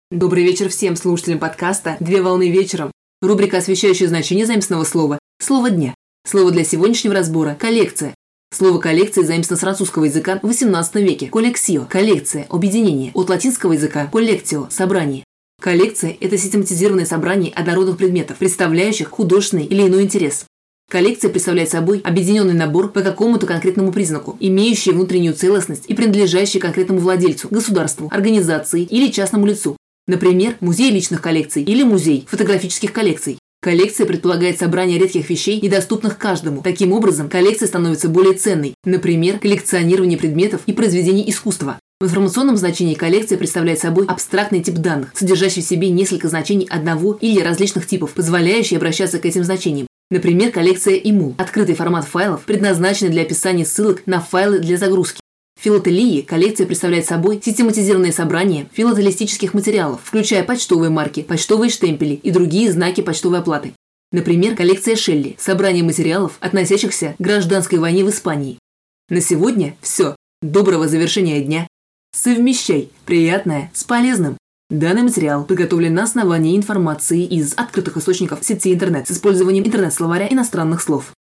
Добрый вечер всем слушателям подкаста «Две волны вечером». Рубрика, освещающая значение заместного слова «Слово дня». Слово для сегодняшнего разбора – «коллекция». Слово «коллекция» заимствовано с французского языка в XVIII веке. «Коллексио» – коллекция, объединение. От латинского языка «коллектио» – собрание. Коллекция – это систематизированное собрание однородных предметов, представляющих художественный или иной интерес. Коллекция представляет собой объединенный набор по какому-то конкретному признаку, имеющий внутреннюю целостность и принадлежащий конкретному владельцу, государству, организации или частному лицу. Например, музей личных коллекций или музей фотографических коллекций. Коллекция предполагает собрание редких вещей, недоступных каждому. Таким образом, коллекция становится более ценной. Например, коллекционирование предметов и произведений искусства. В информационном значении коллекция представляет собой абстрактный тип данных, содержащий в себе несколько значений одного или различных типов, позволяющий обращаться к этим значениям. Например, коллекция EMUL – открытый формат файлов, предназначенный для описания ссылок на файлы для загрузки. В филателии коллекция представляет собой систематизированное собрание филателистических материалов, включая почтовые марки, почтовые штемпели и другие знаки почтовой оплаты. Например, коллекция Шелли – собрание материалов, относящихся к гражданской войне в Испании. На сегодня все. Доброго завершения дня. Совмещай приятное с полезным. Данный материал подготовлен на основании информации из открытых источников сети интернет с использованием интернет-словаря иностранных слов.